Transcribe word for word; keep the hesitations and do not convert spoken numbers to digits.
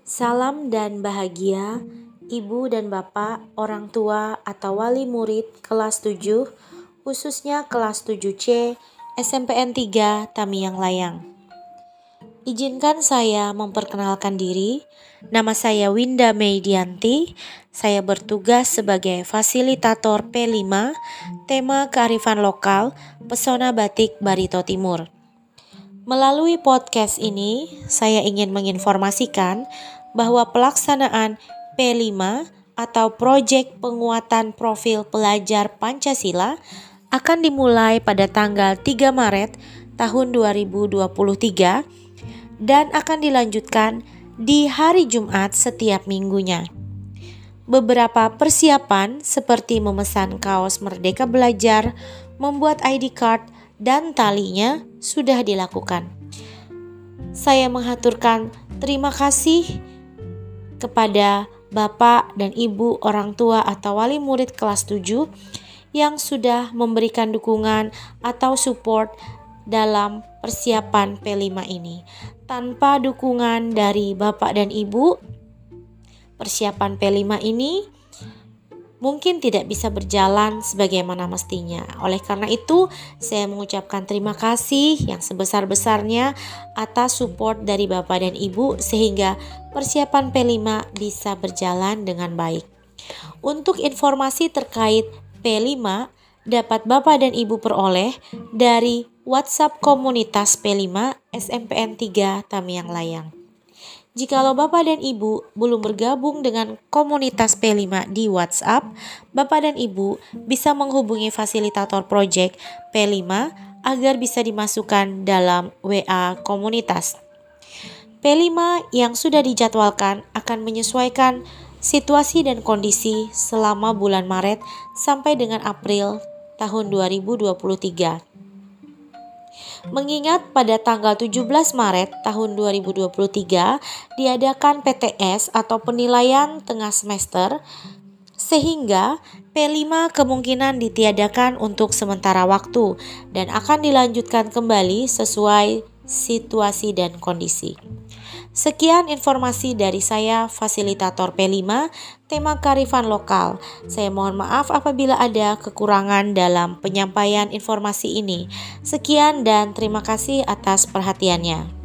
Salam dan bahagia, Ibu dan Bapak, orang tua atau wali murid kelas tujuh, khususnya kelas tujuh C, S M P N tiga Tamiang Layang. Izinkan saya memperkenalkan diri. Nama saya Winda Meidianti. Saya bertugas sebagai fasilitator P lima, tema kearifan lokal, pesona batik Barito Timur. Melalui podcast ini, saya ingin menginformasikan bahwa pelaksanaan P lima atau Proyek Penguatan Profil Pelajar Pancasila akan dimulai pada tanggal tiga Maret tahun dua ribu dua puluh tiga dan akan dilanjutkan di hari Jumat setiap minggunya. Beberapa persiapan seperti memesan kaos Merdeka Belajar, membuat I D card, dan talinya sudah dilakukan. Saya mengaturkan terima kasih kepada Bapak dan Ibu orang tua atau wali murid kelas tujuh yang sudah memberikan dukungan atau support dalam persiapan P lima ini. Tanpa dukungan dari Bapak dan Ibu, persiapan P lima ini mungkin tidak bisa berjalan sebagaimana mestinya. Oleh karena itu, saya mengucapkan terima kasih yang sebesar-besarnya atas support dari Bapak dan Ibu sehingga persiapan P lima bisa berjalan dengan baik. Untuk informasi terkait P lima dapat Bapak dan Ibu peroleh dari WhatsApp komunitas P lima S M P N tiga Tamiang Layang. Jikalau Bapak dan Ibu belum bergabung dengan komunitas P lima di WhatsApp, Bapak dan Ibu bisa menghubungi fasilitator proyek P lima agar bisa dimasukkan dalam W A komunitas. P lima yang sudah dijadwalkan akan menyesuaikan situasi dan kondisi selama bulan Maret sampai dengan April tahun dua ribu dua puluh tiga. Mengingat pada tanggal tujuh belas Maret tahun dua ribu dua puluh tiga diadakan P T S atau penilaian tengah semester, sehingga P lima kemungkinan ditiadakan untuk sementara waktu dan akan dilanjutkan kembali sesuai situasi dan kondisi. Sekian informasi dari saya, fasilitator P lima, tema kearifan lokal. Saya mohon maaf apabila ada kekurangan dalam penyampaian informasi ini. Sekian dan terima kasih atas perhatiannya.